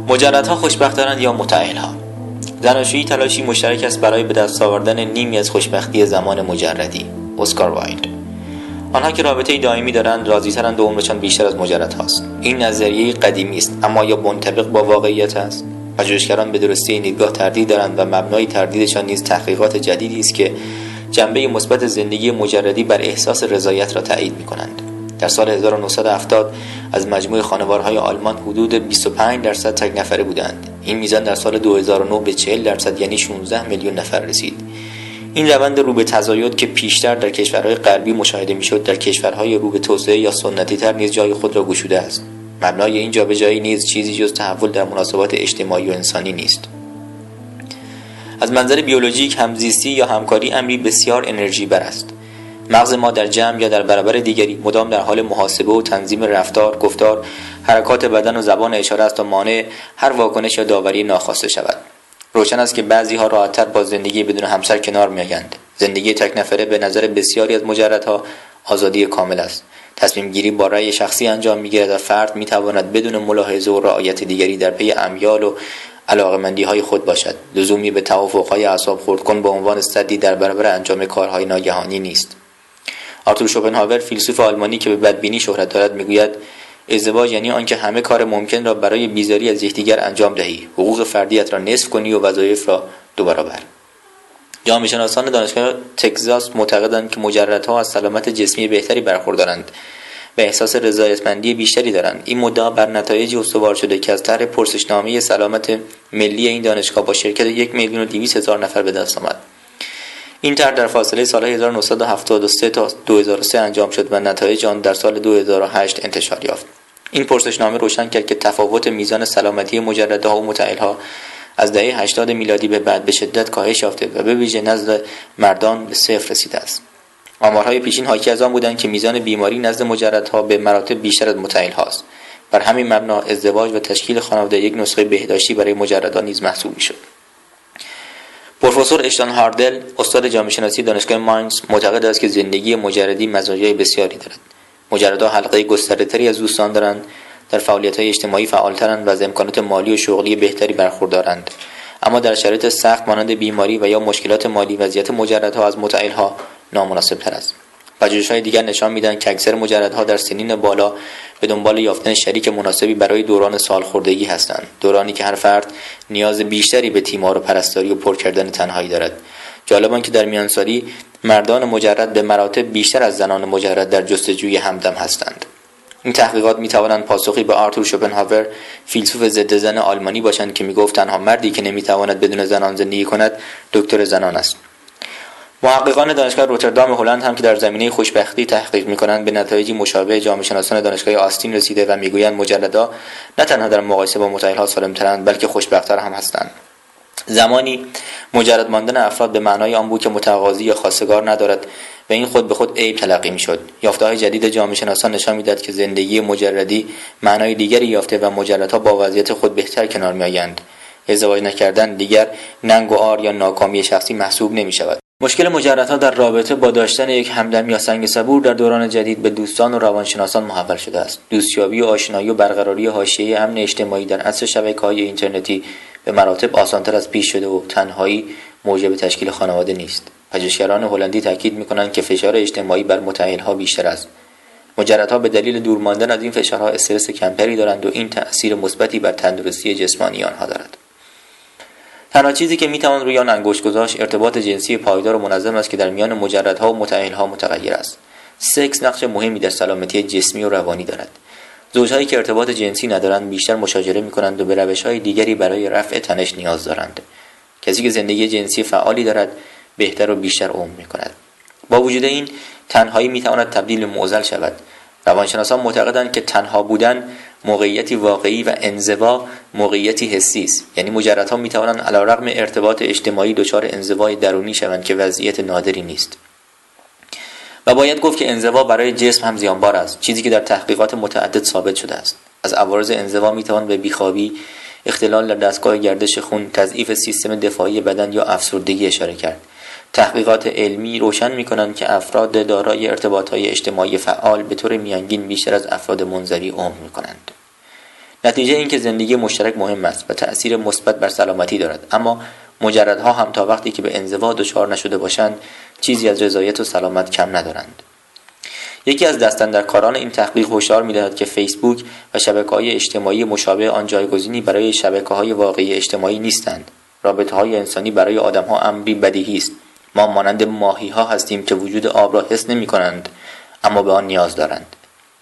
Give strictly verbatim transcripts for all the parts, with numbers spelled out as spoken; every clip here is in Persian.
مجردها خوشبخت‌ترند یا متأهل‌ها؟ زناشویی تلاشی مشترک است برای به دست آوردن نیمی از خوشبختی زمان مجردی. اسکار وایلد. آنها که رابطه‌ای دائمی دارند راضی‌ترند و عمرشان بیشتر از مجردهاست. این نظریه قدیمی است، اما یا منطبق با واقعیت است؟ پژوهشگران به درستی این دیدگاه تردید دارند و مبنای تردیدشان نیز تحقیقات جدیدی است که جنبه مثبت زندگی مجردی بر احساس رضایت را تایید می‌کنند. در سال هزار و نهصد و هفتاد از مجموع خانوارهای آلمان حدود بیست و پنج درصد تک نفره بودند. این میزان در سال دو هزار و نه به چهل درصد یعنی شانزده میلیون نفر رسید. این روند رو به تزاید که پیشتر در کشورهای غربی مشاهده میشد در کشورهای رو به توسعه یا سنتی تر نیز جای خود را گشوده است. مبنای این جابجایی نیز چیزی جز تحول در مناسبات اجتماعی و انسانی نیست. از منظر بیولوژیک همزیستی یا همکاری امری بسیار انرژی بر است. مغز ما در جمع یا در برابر دیگری مدام در حال محاسبه و تنظیم رفتار، گفتار، حرکات بدن و زبان اشاره است تا مانع هر واکنش یا داوری ناخواسته شود. روشن است که بعضی ها راحت‌تر با زندگی بدون همسر کنار می‌آیند. زندگی تک نفره به نظر بسیاری از مجردها آزادی کامل است. تصمیم گیری با رأی شخصی انجام می‌گیرد و فرد می‌تواند بدون ملاحظه و رعایت دیگری در پی امیال و علاقمندی‌های خود باشد. لزومی به توافق‌های اعصاب خردکن به عنوان سدی در برابر انجام کارهای ناگهانی نیست. آرتور شوپنهاور فیلسوف آلمانی که به بدبینی شهرت دارد میگوید ازدواج یعنی آنکه همه کار ممکن را برای بیزاری از یکدیگر انجام دهی، حقوق فردیت را نصف کنی و وظایف را دو برابر. جامعه شناسان دانشگاه تگزاس معتقدند که مجردها از سلامت جسمی بهتری برخوردارند و احساس رضایتمندی بیشتری دارند. این مدعا بر نتایجی استوار شده که از طرح پرسشنامه سلامت ملی این دانشگاه با شرکت یک میلیون و دویست هزار نفر به دست آمد. این طرح در فاصله سال هزار و نهصد و هفتاد و سه تا دو هزار و سه انجام شد و نتایج آن در سال دو هزار و هشت انتشار یافت. این پرسشنامه روشن کرد که تفاوت میزان سلامتی مجردها و متأهلها از دهه هشتاد میلادی به بعد به شدت کاهش یافته و به ویژه نزد مردان به صفر رسیده است. آمارهای پیشین حاکی از آن بودند که میزان بیماری نزد مجردها به مراتب بیشتر از متأهلهاست. بر همین مبنا ازدواج و تشکیل خانواده یک نسخه بهداشتی برای مجردان نیز محسوب می‌شد. پروفسور اشتان هاردل، استاد جامعه شناسی دانشگاه ماینز، معتقد است که زندگی مجردی مزایای بسیاری دارد. مجردها حلقه گسترده‌تری از دوستان دارند، در فعالیت‌های اجتماعی فعال‌ترند و از امکانات مالی و شغلی بهتری برخوردارند. اما در شرایط سخت مانند بیماری و یا مشکلات مالی وضعیت مجردها از متأهلها نامناسب‌تر است. پژوهش‌های دیگر نشان می‌دهند که اکثر مجردها در سنین بالا به دنبال یافتن شریک مناسبی برای دوران سالخوردگی هستند، دورانی که هر فرد نیاز بیشتری به تیمار و پرستاری و پر کردن تنهایی دارد. جالب آنکه در میانسالی مردان مجرد به مراتب بیشتر از زنان مجرد در جستجوی همدم هستند. این تحقیقات می‌توانند پاسخی به آرتور شوپنهاور، فیلسوف ضد زن آلمانی باشند که می‌گفت تنها مردی که نمی‌تواند بدون زنان زندگی کند دکتر زنان است. محققان دانشگاه روتردام هلند هم که در زمینه خوشبختی تحقیق می‌کنند به نتایجی مشابه جامعه شناسان دانشگاه آستین رسیده و می‌گویند مجردها نه تنها در مقایسه با متأهل‌ها سالم‌ترند بلکه خوشبخت‌تر هم هستند. زمانی مجرد ماندن افراد به معنای آن بود که متقاضی یا خواستگار ندارد و این خود به خود عیب تلقی می‌شد. یافته‌های جدید جامعه شناسان نشان می‌دهد که زندگی مجردی معنای دیگری یافته و مجردها با وضعیت خود بهتر کنار می‌آیند. ازدواج نکردن دیگر ننگ و عار یا ناکامی شخصی محسوب نمی‌شود. مشکل مجردها در رابطه با داشتن یک همدم یا سنگ صبور در دوران جدید به دوستان و روانشناسان محول شده است. دوستیابی و آشنایی و برقراری حاشیه امن اجتماعی در عصر شبکه‌های اینترنتی به مراتب آسان‌تر از پیش شده و تنهایی موجب تشکیل خانواده نیست. پژوهشگران هلندی تاکید می‌کنند که فشار اجتماعی بر متأهل‌ها بیشتر است. مجردها به دلیل دور ماندن از این فشارها استرس کمتری دارند و این تأثیر مثبتی بر تندرستی جسمانی آنها دارد. تنها چیزی که میتوان روی آن انگشت گذاشت ارتباط جنسی پایدار و منظم است که در میان مجردها و متأهلها متغیر است. سکس نقش مهمی در سلامتی جسمی و روانی دارد. زوجهایی که ارتباط جنسی ندارند بیشتر مشاجره میکنند و به روش‌های دیگری برای رفع تنش نیاز دارند. کسی که زندگی جنسی فعالی دارد بهتر و بیشتر عمر میکند. با وجود این تنهایی میتواند تبدیل به معضل شود. روانشناسان معتقدند که تنها بودن موقعیتی واقعی و انزوا موقعیتی حسی است. یعنی مجردها میتوانند علیرغم ارتباط اجتماعی دچار انزوای درونی شوند که وضعیت نادری نیست. و باید گفت که انزوا برای جسم هم زیانبار است، چیزی که در تحقیقات متعدد ثابت شده است. از عوارض انزوا میتوان به بیخوابی، اختلال در دستگاه گردش خون، تضعیف سیستم دفاعی بدن یا افسردگی اشاره کرد. تحقیقات علمی روشن می‌کنند که افراد دارای ارتباطات اجتماعی فعال به طور میانگین بیشتر از افراد منزوی عمر می‌کنند. نتیجه این که زندگی مشترک مهم است و تأثیر مثبت بر سلامتی دارد، اما مجردها هم تا وقتی که به انزوا دچار نشده باشند چیزی از رضایت و سلامت کم ندارند. یکی از دستاندرکاران این تحقیق هشدار می‌دهد که فیسبوک و شبکه‌های اجتماعی مشابه آن جایگزینی برای شبکه‌های واقعی اجتماعی نیستند. رابطه‌های انسانی برای آدم‌ها امری بدیهی است. ما مانند ماهی‌ها هستیم که وجود آب را حس نمی‌کنند اما به آن نیاز دارند.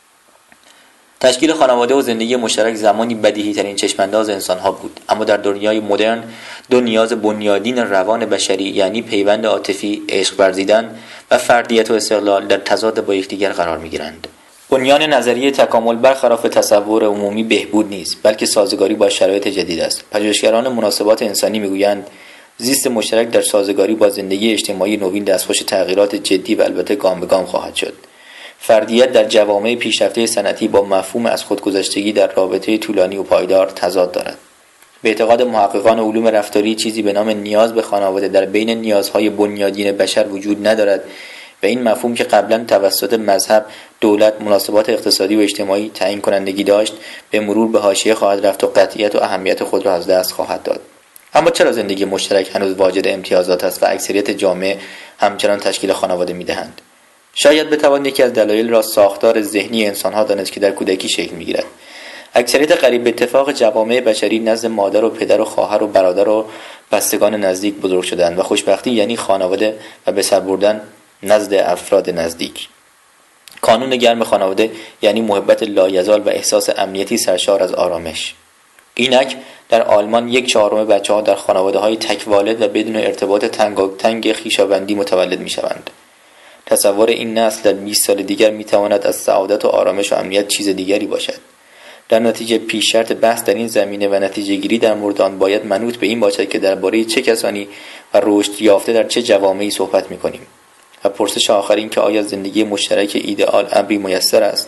تشکیل خانواده و زندگی مشترک زمانی بدیهی ترین چشمانداز انسان‌ها بود، اما در دنیای مدرن دو نیاز بنیادین روان بشری یعنی پیوند عاطفی، عشق ورزیدن و فردیت و استقلال در تضاد با یکدیگر قرار می‌گیرند. بنیان نظریه تکامل برخلاف تصور عمومی بهبود نیست، بلکه سازگاری با شرایط جدید است. پژوهشگران مناسبات انسانی می‌گویند زیست مشترک در سازگاری با زندگی اجتماعی نوین دستخوش تغییرات جدی و البته گام به گام خواهد شد. فردیت در جوامع پیشرفته صنعتی با مفهوم از خودگذشتگی در رابطه طولانی و پایدار تضاد دارد. به اعتقاد محققان علوم رفتاری چیزی به نام نیاز به خانواده در بین نیازهای بنیادین بشر وجود ندارد و این مفهوم که قبلا توسط مذهب، دولت، مناسبات اقتصادی و اجتماعی تعیین کنندگی داشت، به مرور به حاشیه خواهد رفت و قطعیت و اهمیت خود را از دست خواهد داد. اما چرا زندگی مشترک هنوز واجد امتیازات است و اکثریت جامعه همچنان تشکیل خانواده می‌دهند؟ شاید بتوان یکی از دلایل را ساختار ذهنی انسان‌ها دانست که در کودکی شکل می‌گیرد. اکثریت قریب به اتفاق جوامع بشری نزد مادر و پدر و خواهر و برادر و بستگان نزدیک بزرگ شدند و خوشبختی یعنی خانواده و به سر بردن نزد افراد نزدیک. کانون گرم خانواده یعنی محبت لایزال و احساس امنیتی سرشار از آرامش. اینک در آلمان یک چهارم بچه‌ها در خانواده‌های تک والد و بدون ارتباط تنگ تنگ خویشاوندی متولد می‌شوند. تصور این نسل در بیست سال دیگر می‌تواند از سعادت و آرامش و امنیت چیز دیگری باشد. در نتیجه پیش شرط بحث در این زمینه و نتیجه گیری در مورد آن باید منوط به این باشد که درباره چه کسانی و رشد یافته در چه جوامعی صحبت می‌کنیم. و پرسش آخر این که آیا زندگی مشترک ایدئال امری میسر است؟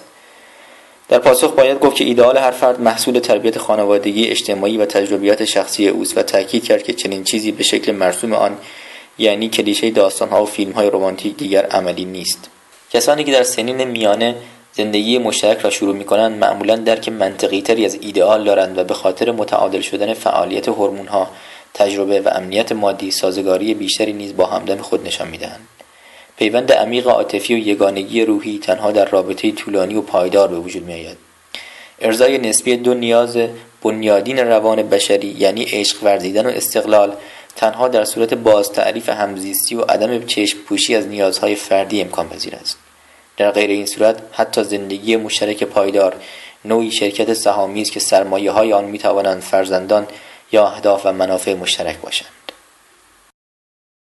در پاسخ باید گفت که ایدئال هر فرد محصول تربیت خانوادگی اجتماعی و تجربیات شخصی اوست و تاکید کرد که چنین چیزی به شکل مرسوم آن یعنی کلیشه داستان‌ها و فیلم‌های رمانتیک دیگر عملی نیست. کسانی که در سنین میانه زندگی مشترک را شروع می‌کنند معمولاً درک منطقی‌تری از ایدئال دارند و به خاطر متعادل شدن فعالیت هورمون‌ها، تجربه و امنیت مادی سازگاری بیشتری نیز با همدم خود نشان می‌دهند. پیوند عمیق عاطفی و یگانگی روحی تنها در رابطه طولانی و پایدار به وجود می‌آید. ارضای نسبی دو نیاز بنیادین روان بشری یعنی عشق ورزیدن و استقلال تنها در صورت باز تعریف همزیستی و عدم چشم پوشی از نیازهای فردی امکان پذیر است. در غیر این صورت حتی زندگی مشترک پایدار نوعی شرکت سهامی است که سرمایه‌های آن می‌توانند فرزندان یا اهداف و منافع مشترک باشند.